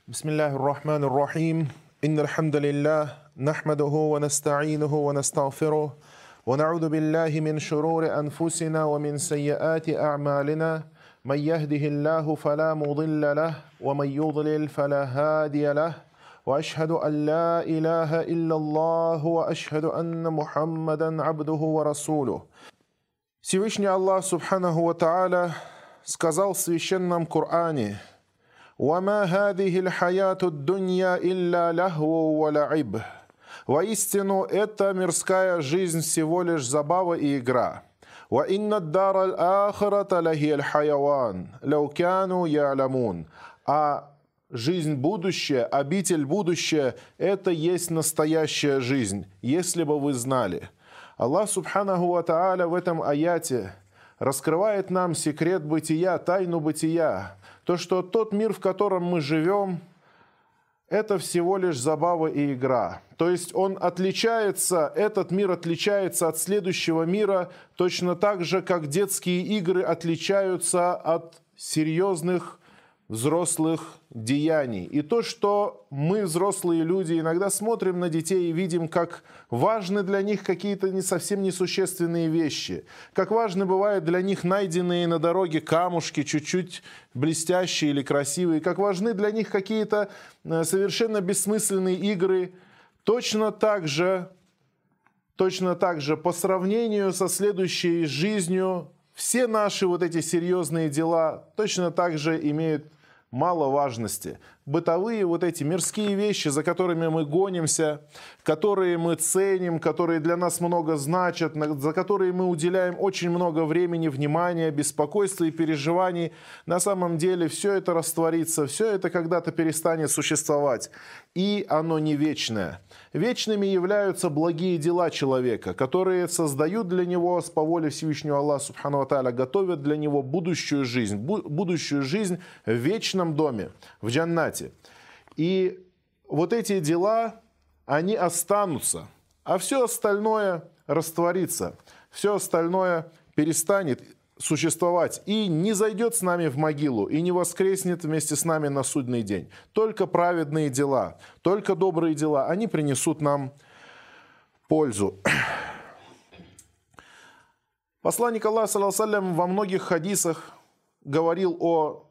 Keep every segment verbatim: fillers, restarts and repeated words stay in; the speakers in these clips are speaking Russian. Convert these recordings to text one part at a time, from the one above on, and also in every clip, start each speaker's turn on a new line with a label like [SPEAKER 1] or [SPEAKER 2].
[SPEAKER 1] بسم الله الرحمن الرحيم إن الحمد لله نحمده ونستعينه ونستغفره ونعوذ بالله من شرور أنفسنا ومن سيئات أعمالنا من يهده الله فلا مضل له ومن يضلل فلا هادي له وأشهد أن لا إله إلا الله وأشهد أن محمدا عبده ورسوله. Всевышний Аллах Субханаху ва Тааля сказал в священном Коране: «Вама хадихи л-хаяту д-дунья илля лахву ва ла'иб». Воистину, эта мирская жизнь всего лишь забава и игра. «Ва инна д-дара л-ахирата лахи л-хайаван, лау кану я'ламун». А жизнь будущая, обитель будущая, это есть настоящая жизнь, если бы вы знали. Аллах Субханаху ва Тааля в этом аяте раскрывает нам секрет бытия, тайну бытия. То, что тот мир, в котором мы живем, это всего лишь забава и игра. То есть он отличается, этот мир отличается от следующего мира точно так же, как детские игры отличаются от серьезных взрослых деяний. И то, что мы, взрослые люди, иногда смотрим на детей и видим, как важны для них какие-то не совсем несущественные вещи, как важны бывают для них найденные на дороге камушки, чуть-чуть блестящие или красивые, как важны для них какие-то совершенно бессмысленные игры, точно так же, точно так же по сравнению со следующей жизнью, все наши вот эти серьезные дела точно так же имеют мало важности. Бытовые вот эти мирские вещи, за которыми мы гонимся, которые мы ценим, которые для нас много значат, за которые мы уделяем очень много времени, внимания, беспокойства и переживаний, на самом деле все это растворится, все это когда-то перестанет существовать. И оно не вечное. Вечными являются благие дела человека, которые создают для него по воле Всевышнего Аллаха Субхану ва Тааля, готовят для него будущую жизнь, будущую жизнь в вечном доме, в джаннате. И вот эти дела, они останутся, а все остальное растворится, все остальное перестанет существовать и не зайдет с нами в могилу, и не воскреснет вместе с нами на судный день. Только праведные дела, только добрые дела, они принесут нам пользу. Посланник Аллаха, саллаллаху алейхи ва саллям, во многих хадисах говорил о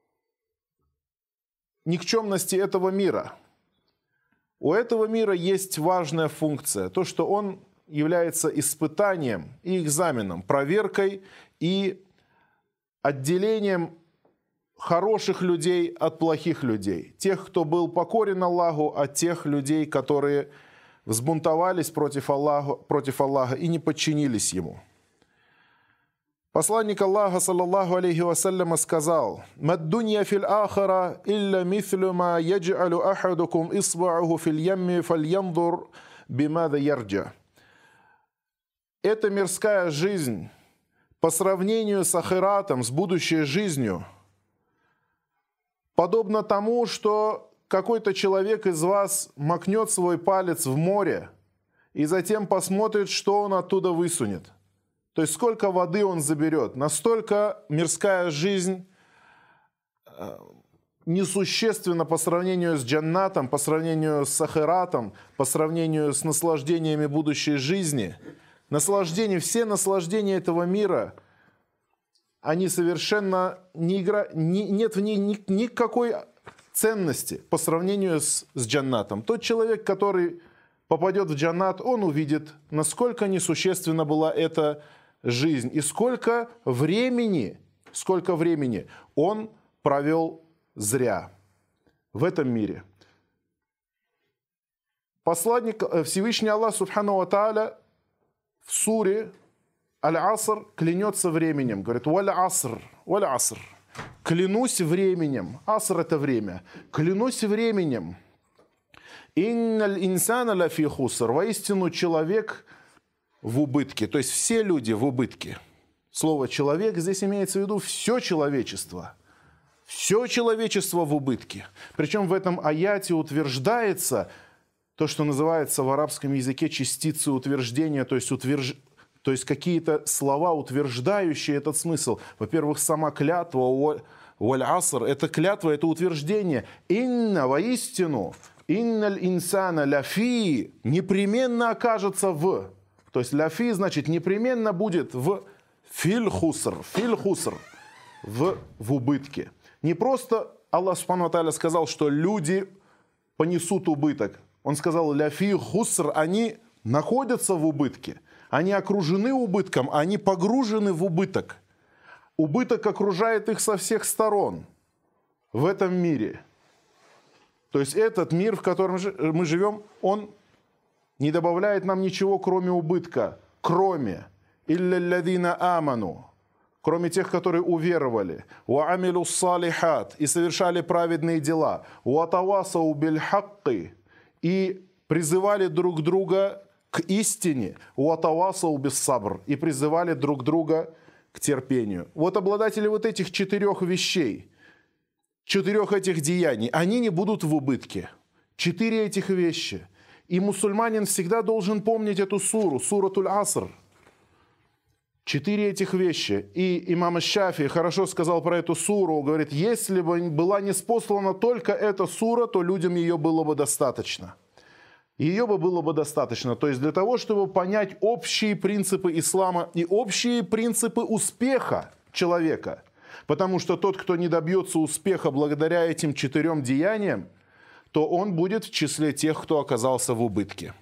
[SPEAKER 1] никчемности этого мира. У этого мира есть важная функция, то, что он является испытанием и экзаменом, проверкой и отделением хороших людей от плохих людей. Тех, кто был покорен Аллаху, от тех людей, которые взбунтовались против Аллаха, против Аллаха и не подчинились Ему. Посланник Аллаха, саллаллаху алейхи вассаляма, сказал: «Мад-дунья фил ахара илля мислю ма ядж'алу ахадукум исба'уху фил ямми фальянзур бимада ярджа». Эта мирская жизнь по сравнению с ахиратом, с будущей жизнью, подобно тому, что какой-то человек из вас макнет свой палец в море и затем посмотрит, что он оттуда высунет. То есть сколько воды он заберет. Настолько мирская жизнь несущественна по сравнению с джаннатом, по сравнению с ахиратом, по сравнению с наслаждениями будущей жизни. Наслаждения, все наслаждения этого мира, они совершенно не игра, не, нет в ней ни, никакой ценности по сравнению с, с джаннатом. Тот человек, который попадет в джаннат, он увидит, насколько несущественна была эта жизнь и сколько времени, сколько времени он провел зря в этом мире. Посланник Всевышний Аллах Субхану ва Тааля в суре Аль-Аср клянется временем. Говорит: «Валь-Аср, валь-Аср». Клянусь временем. Аср — это время. Клянусь временем. «Инналь инсана лафи хуср». Воистину человек в убытке. То есть все люди в убытке. Слово «человек» здесь имеется в виду все человечество. Все человечество в убытке. Причем в этом аяте утверждается то, что называется в арабском языке частицы утверждения, то есть, утверж... то есть какие-то слова, утверждающие этот смысл. Во-первых, сама клятва валь аср, это клятва, это утверждение. Инна, воистину, инналь инсана ляфи, непременно окажется в. То есть ляфи значит непременно будет в филь хуср, филь хуср, в, в убытке. Не просто Аллах Субхану ва Тааля сказал, что люди понесут убыток. Он сказал, ляфи хуср, они находятся в убытке. Они окружены убытком, они погружены в убыток. Убыток окружает их со всех сторон в этом мире. То есть этот мир, в котором мы живем, он не добавляет нам ничего, кроме убытка. Кроме илля лядина аману. Кроме тех, которые уверовали. Ва амилу салихат. И совершали праведные дела. Ва тавасау биль хакки. И призывали друг друга к истине. Ва тавасау бис сабр. И призывали друг друга к терпению. Вот обладатели вот этих четырех вещей, четырех этих деяний, они не будут в убытке. Четыре этих вещи. И мусульманин всегда должен помнить эту суру, суратуль аср. Четыре этих вещи. И имам Аш-Шафии хорошо сказал про эту суру. Говорит, если бы была ниспослана только эта сура, то людям ее было бы достаточно. Ее бы было бы достаточно. То есть для того, чтобы понять общие принципы ислама и общие принципы успеха человека. Потому что тот, кто не добьется успеха благодаря этим четырем деяниям, то он будет в числе тех, кто оказался в убытке.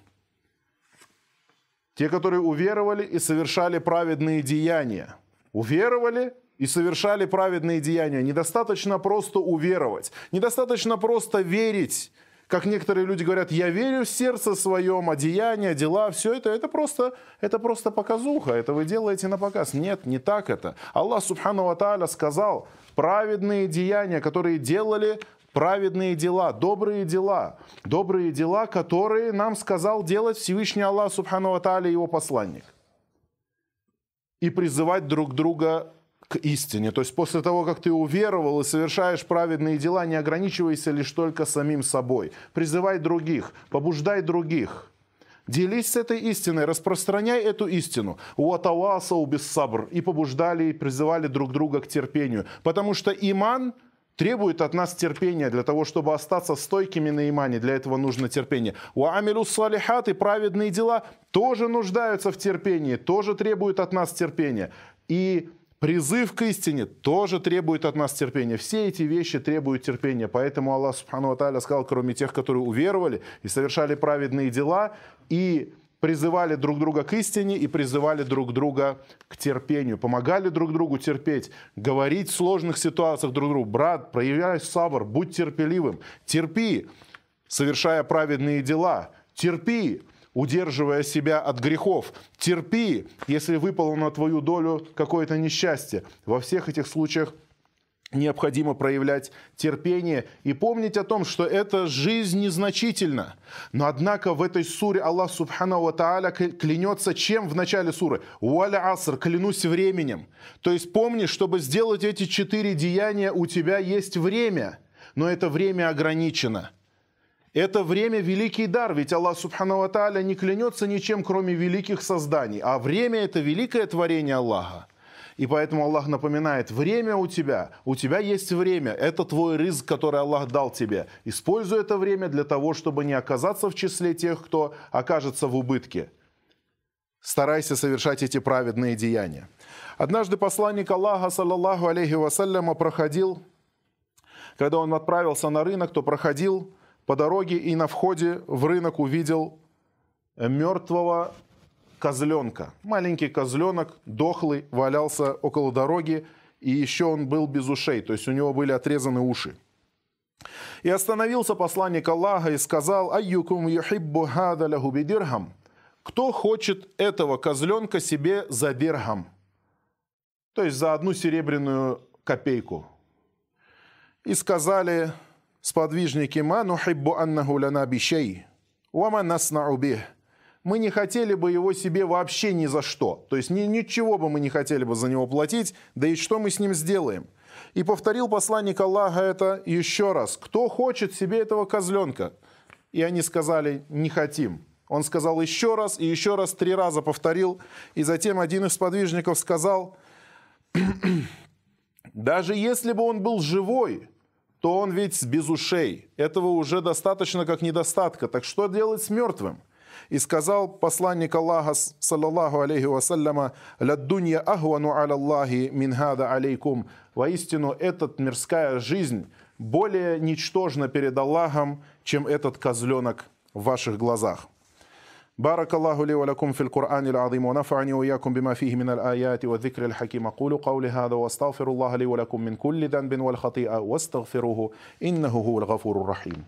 [SPEAKER 1] Те, которые уверовали и совершали праведные деяния. Уверовали и совершали праведные деяния. Недостаточно просто уверовать. Недостаточно просто верить. Как некоторые люди говорят, я верю в сердце своем, а деяния, дела, все это, это просто, это просто показуха. Это вы делаете на показ. Нет, не так это. Аллах Субхану ва Тааля сказал, праведные деяния, которые делали праведные дела, добрые дела. Добрые дела, которые нам сказал делать Всевышний Аллах Субхану ва Тааля и его посланник. И призывать друг друга к истине. То есть после того, как ты уверовал и совершаешь праведные дела, не ограничивайся лишь только самим собой. Призывай других, побуждай других. Делись с этой истиной, распространяй эту истину. Уатавасау бис сабр. И побуждали, и призывали друг друга к терпению. Потому что иман требует от нас терпения. Для того, чтобы остаться стойкими на имане, для этого нужно терпение. Уамилу салихат, и праведные дела тоже нуждаются в терпении, тоже требуют от нас терпения. И призыв к истине тоже требует от нас терпения. Все эти вещи требуют терпения. Поэтому Аллах Субхану ва Тааля сказал, кроме тех, которые уверовали и совершали праведные дела, и призывали друг друга к истине, и призывали друг друга к терпению. Помогали друг другу терпеть, говорить в сложных ситуациях друг другу. Брат, проявляй сабр, будь терпеливым. Терпи, совершая праведные дела. Терпи, удерживая себя от грехов. Терпи, если выпало на твою долю какое-то несчастье. Во всех этих случаях необходимо проявлять терпение и помнить о том, что эта жизнь незначительна. Но однако в этой суре Аллах Субхану ва Тааля клянется чем в начале суры? «Уаля аср», клянусь временем. То есть помни, чтобы сделать эти четыре деяния, у тебя есть время, но это время ограничено. Это время великий дар, ведь Аллах Субхану ва Тааля не клянется ничем, кроме великих созданий. А время – это великое творение Аллаха. И поэтому Аллах напоминает, время у тебя, у тебя есть время, это твой ризк, который Аллах дал тебе. Используй это время для того, чтобы не оказаться в числе тех, кто окажется в убытке. Старайся совершать эти праведные деяния. Однажды посланник Аллаха, саллаллаху алейхи вассаляма, проходил, когда он отправился на рынок, то проходил по дороге и на входе в рынок увидел мертвого козленка. Маленький козленок, дохлый, валялся около дороги, и еще он был без ушей, то есть у него были отрезаны уши. И остановился посланник Аллаха и сказал: «Айюкум юхиббу хада лаху бидирхам». Кто хочет этого козленка себе за дирхам? То есть за одну серебряную копейку. И сказали сподвижники: «Ма нухиббу аннаху лана бишей, ва ма наснау бих». Мы не хотели бы его себе вообще ни за что. То есть ни, ничего бы мы не хотели бы за него платить, да и что мы с ним сделаем? И повторил посланник Аллаха это еще раз. Кто хочет себе этого козленка? И они сказали: не хотим. Он сказал еще раз, и еще раз, три раза повторил. И затем один из сподвижников сказал: Даже если бы он был живой, то он ведь без ушей. Этого уже достаточно как недостатка. Так что делать с мертвым? И сказал посланник Аллаха, саллаллаху алейхи вассаляма, «Ладдунья ахвану аля Аллахи мин хада алейкум». Воистину, эта мирская жизнь более ничтожна перед Аллахом, чем этот козленок в ваших глазах. بارك الله لي ولكم في القرآن العظيم ونفعني وإياكم بما فيه من الآيات والذكر الحكيم أقول قولي هذا واستغفر الله لي ولكم من كل ذنب والخطيئة واستغفروه إنه هو الغفور الرحيم.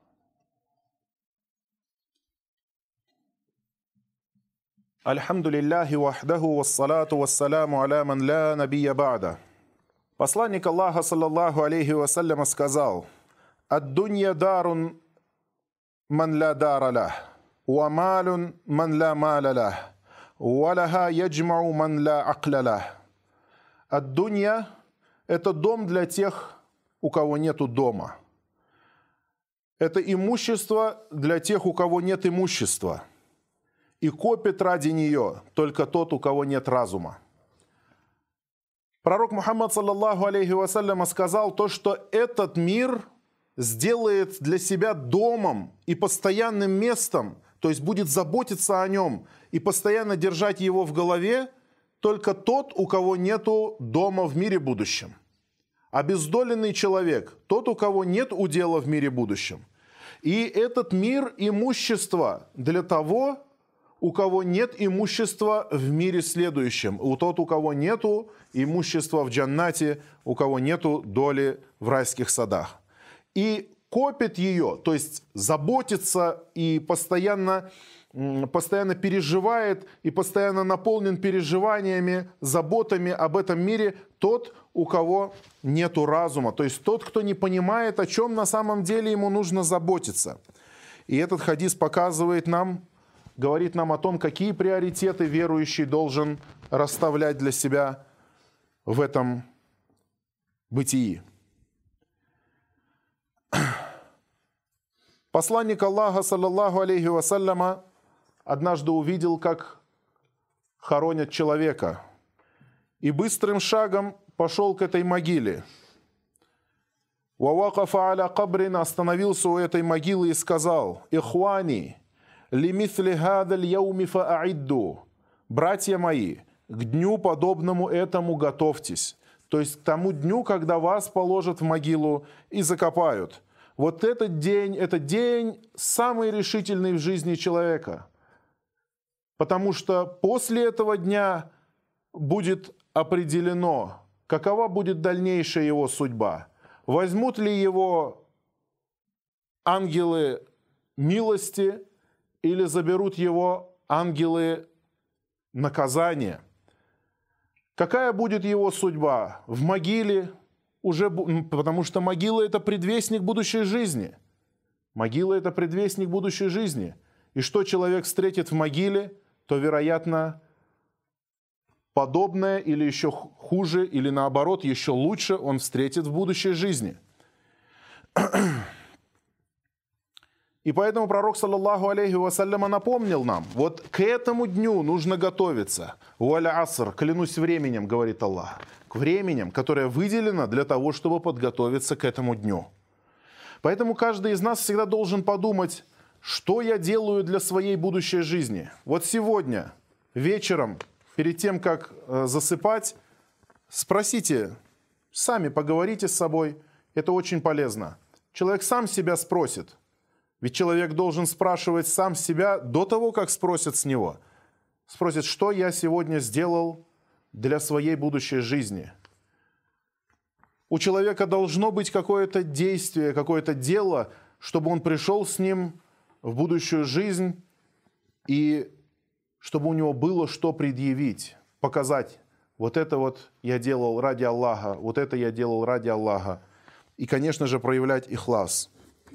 [SPEAKER 1] الحمد لله وحده والصلاة والسلام على من لا نبي بعده. Посланник Аллаха, саллаллаху алейхи вассаляма, сказал: «Ад-дунья дарун ман ла дара лах, ва малун ман ла маля лах, ва лаха яджмау ман ла акля лах». Ад-дунья – это дом для тех, у кого нету дома. Это имущество для тех, у кого нет имущества. И копит ради нее только тот, у кого нет разума. Пророк Мухаммад, саллаллаху алейхи вассаляма, сказал то, что этот мир сделает для себя домом и постоянным местом, то есть будет заботиться о нем и постоянно держать его в голове только тот, у кого нету дома в мире будущем. Обездоленный человек, тот, у кого нет удела в мире будущем. И этот мир – имущество для того, у кого нет имущества в мире следующем, у тот, у кого нету имущества в джаннате, у кого нету доли в райских садах. И копит ее, то есть заботится и постоянно, постоянно переживает и постоянно наполнен переживаниями, заботами об этом мире тот, у кого нету разума, то есть тот, кто не понимает, о чем на самом деле ему нужно заботиться. И этот хадис показывает нам, говорит нам о том, какие приоритеты верующий должен расставлять для себя в этом бытии. Посланник Аллаха, саллаллаху алейхи вассаляма, однажды увидел, как хоронят человека, и быстрым шагом пошел к этой могиле. «Вавакафа аля кабрин», остановился у этой могилы и сказал: «Ихвани, лимисли гадаль яуми фааидду». Братья мои, к дню, подобному этому, готовьтесь. То есть к тому дню, когда вас положат в могилу и закопают. Вот этот день, это день самый решительный в жизни человека. Потому что после этого дня будет определено, какова будет дальнейшая его судьба. Возьмут ли его ангелы милости или заберут его ангелы наказания. Какая будет его судьба? В могиле, уже, потому что могила – это предвестник будущей жизни. Могила – это предвестник будущей жизни. И что человек встретит в могиле, то, вероятно, подобное или еще хуже, или наоборот, еще лучше он встретит в будущей жизни. И поэтому пророк, саллаллаху алейхи вассаляма, напомнил нам, вот к этому дню нужно готовиться. «Уаля аср», клянусь временем, говорит Аллах, к временем, которое выделено для того, чтобы подготовиться к этому дню. Поэтому каждый из нас всегда должен подумать, что я делаю для своей будущей жизни. Вот сегодня, вечером, перед тем, как засыпать, спросите, сами поговорите с собой, это очень полезно. Человек сам себя спросит. Ведь человек должен спрашивать сам себя до того, как спросят с него. Спросит, что я сегодня сделал для своей будущей жизни. У человека должно быть какое-то действие, какое-то дело, чтобы он пришел с ним в будущую жизнь и чтобы у него было что предъявить, показать. Вот это вот я делал ради Аллаха, вот это я делал ради Аллаха. И, конечно же, проявлять ихлас.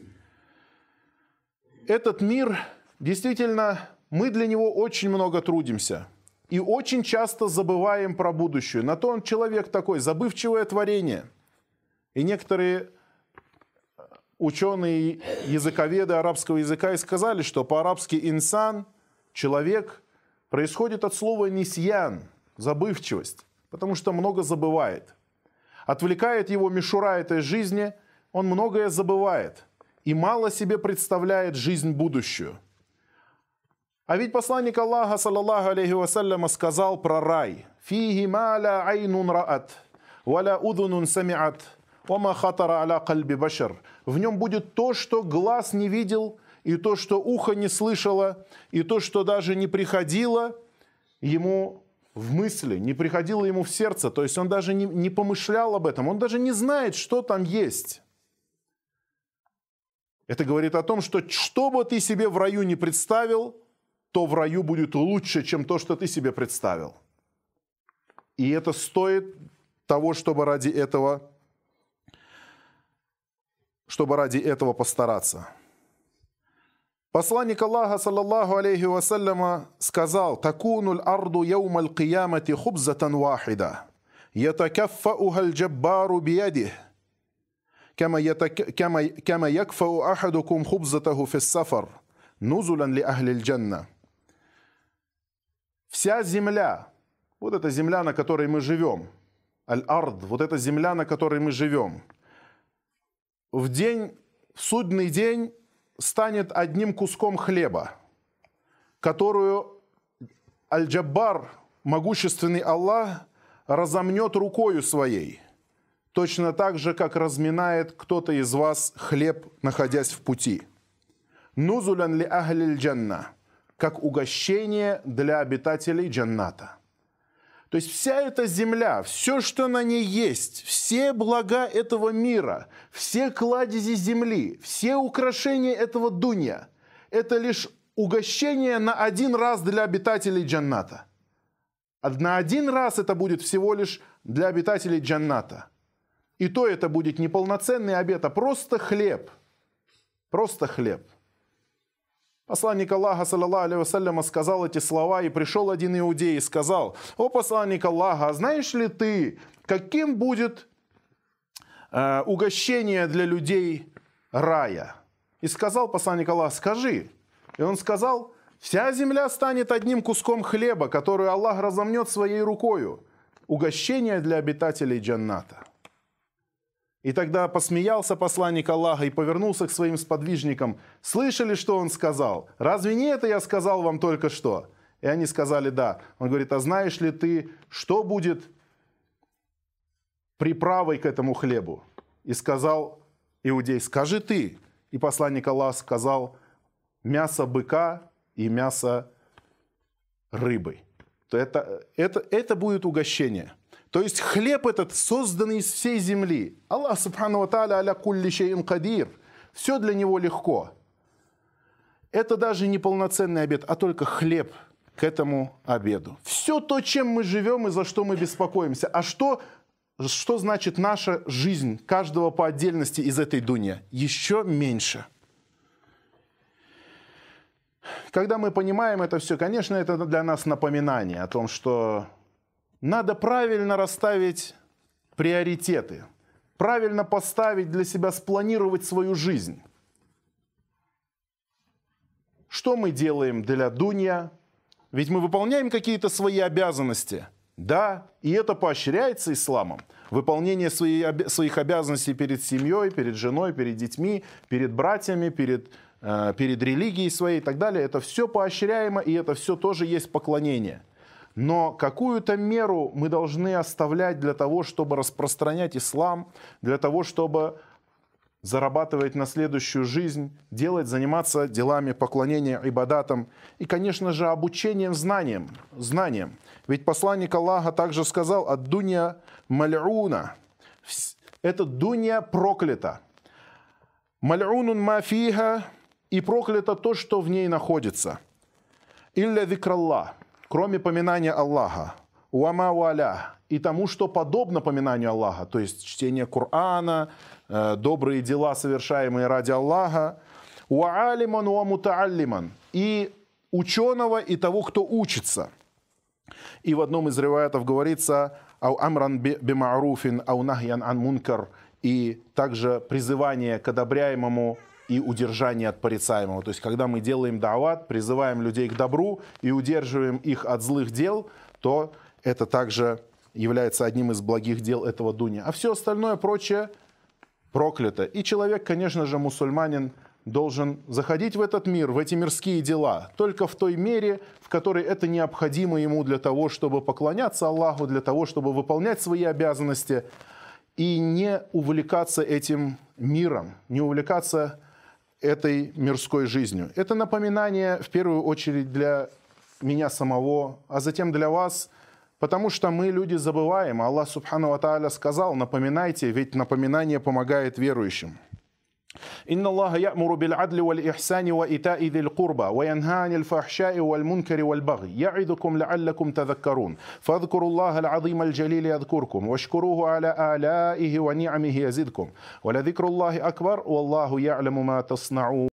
[SPEAKER 1] Этот мир, действительно, мы для него очень много трудимся. И очень часто забываем про будущее. На то он человек такой, забывчивое творение. И некоторые ученые, языковеды арабского языка и сказали, что по-арабски «инсан», человек, происходит от слова «нисьян», забывчивость, потому что много забывает. отвлекает его мишура этой жизни, он многое забывает и мало себе представляет жизнь будущую. А ведь посланник Аллаха, саллаллаху алейхи вассаляма, сказал про рай: «Фихи ма ла айнун раат, ва ла удунун самиат, ва ма хатара аля кальби башар». В нем будет то, что глаз не видел, и то, что ухо не слышало, и то, что даже не приходило ему в мысли, не приходило ему в сердце. То есть он даже не, не помышлял об этом, он даже не знает, что там есть. Это говорит о том, что что бы ты себе в раю не представил, то в раю будет лучше, чем то, что ты себе представил. И это стоит того, чтобы ради этого, чтобы ради этого постараться. Посланник Аллаха, саллаллаху алейхи вассаляма, сказал: «Такунуль арду яумаль киямати хубзатан вахида, ятакаффауха аль-джаббару биядих, кама якфау ахадукум хубзатаху фис-сафар, нузулян ли ахлиль джанна». Вся земля, вот эта земля, на которой мы живем, аль-ард, вот эта земля, на которой мы живем, в день, в судный день станет одним куском хлеба, которую аль-джаббар, могущественный Аллах, разомнет рукою своей, точно так же, как разминает кто-то из вас хлеб, находясь в пути. Нузулян ли ахлиль джанна, как угощение для обитателей джанната. То есть вся эта земля, все, что на ней есть, все блага этого мира, все кладези земли, все украшения этого дунья, это лишь угощение на один раз для обитателей джанната. На один раз это будет всего лишь для обитателей джанната. И то это будет не полноценный обед, а просто хлеб. Просто хлеб. Посланник Аллаха, саллаллаху алейхи вассаляма, сказал эти слова, и пришел один иудей и сказал: «О посланник Аллаха, а знаешь ли ты, каким будет э, угощение для людей рая?» И сказал посланник Аллаха: «Скажи». И он сказал: «Вся земля станет одним куском хлеба, который Аллах разомнет своей рукою. Угощение для обитателей джанната». И тогда посмеялся посланник Аллаха и повернулся к своим сподвижникам. «Слышали, что он сказал? Разве не это я сказал вам только что?» И они сказали: «Да». Он говорит: «А знаешь ли ты, что будет приправой к этому хлебу?» И сказал иудей: «Скажи ты». И посланник Аллаха сказал: «Мясо быка и мясо рыбы». То это, это, это будет угощение. То есть хлеб этот, созданный из всей земли. Аллах субхану ва тааля аля кулли шейин кадир. Все для него легко. Это даже не полноценный обед, а только хлеб к этому обеду. Все то, чем мы живем и за что мы беспокоимся. А что, что значит наша жизнь каждого по отдельности из этой дуньи? Еще меньше. Когда мы понимаем это все, конечно, это для нас напоминание о том, что надо правильно расставить приоритеты, правильно поставить для себя, спланировать свою жизнь. Что мы делаем для дунья? Ведь мы выполняем какие-то свои обязанности. Да, и это поощряется исламом. Выполнение своих обязанностей перед семьей, перед женой, перед детьми, перед братьями, перед, э, перед религией своей и так далее. Это все поощряемо, и это все тоже есть поклонение. Но какую-то меру мы должны оставлять для того, чтобы распространять ислам, для того, чтобы зарабатывать на следующую жизнь, делать, заниматься делами поклонения, ибадатам и, конечно же, обучением знаниям. знаниям. Ведь посланник Аллаха также сказал: «Ад-дунья маль'уна». Это дунья проклята. «Маль'унун ма фиха», и проклято то, что в ней находится. «Илля зикраллах», кроме поминания Аллаха, «уама валя», и тому, что подобно поминанию Аллаха, то есть чтение Корана, э, добрые дела, совершаемые ради Аллаха, «уаалиман уа мутааллиман», и ученого, и того, кто учится. И в одном из риваятов говорится: «Ау амран бима'руфин, ау нахьян ан мункар», и также призывание к одобряемому и удержание от порицаемого. То есть, когда мы делаем даават, призываем людей к добру и удерживаем их от злых дел, то это также является одним из благих дел этого дуня, а все остальное прочее проклято. И человек, конечно же, мусульманин, должен заходить в этот мир, в эти мирские дела, только в той мере, в которой это необходимо ему для того, чтобы поклоняться Аллаху, для того, чтобы выполнять свои обязанности, и не увлекаться этим миром, не увлекаться этой мирской жизнью. Это напоминание в первую очередь для меня самого, а затем для вас, потому что мы, люди, забываем. Аллах Субхану ва Тааля сказал: напоминайте, ведь напоминание помогает верующим. إن الله يأمر بالعدل والإحسان وإيتاء ذي القربى وينهى عن الفحشاء والمنكر والبغي يعظكم لعلكم تذكرون فاذكروا الله العظيم الجليل يذكركم واشكروه على آلائه ونعمه يزدكم ولذكر الله أكبر والله يعلم ما تصنعون.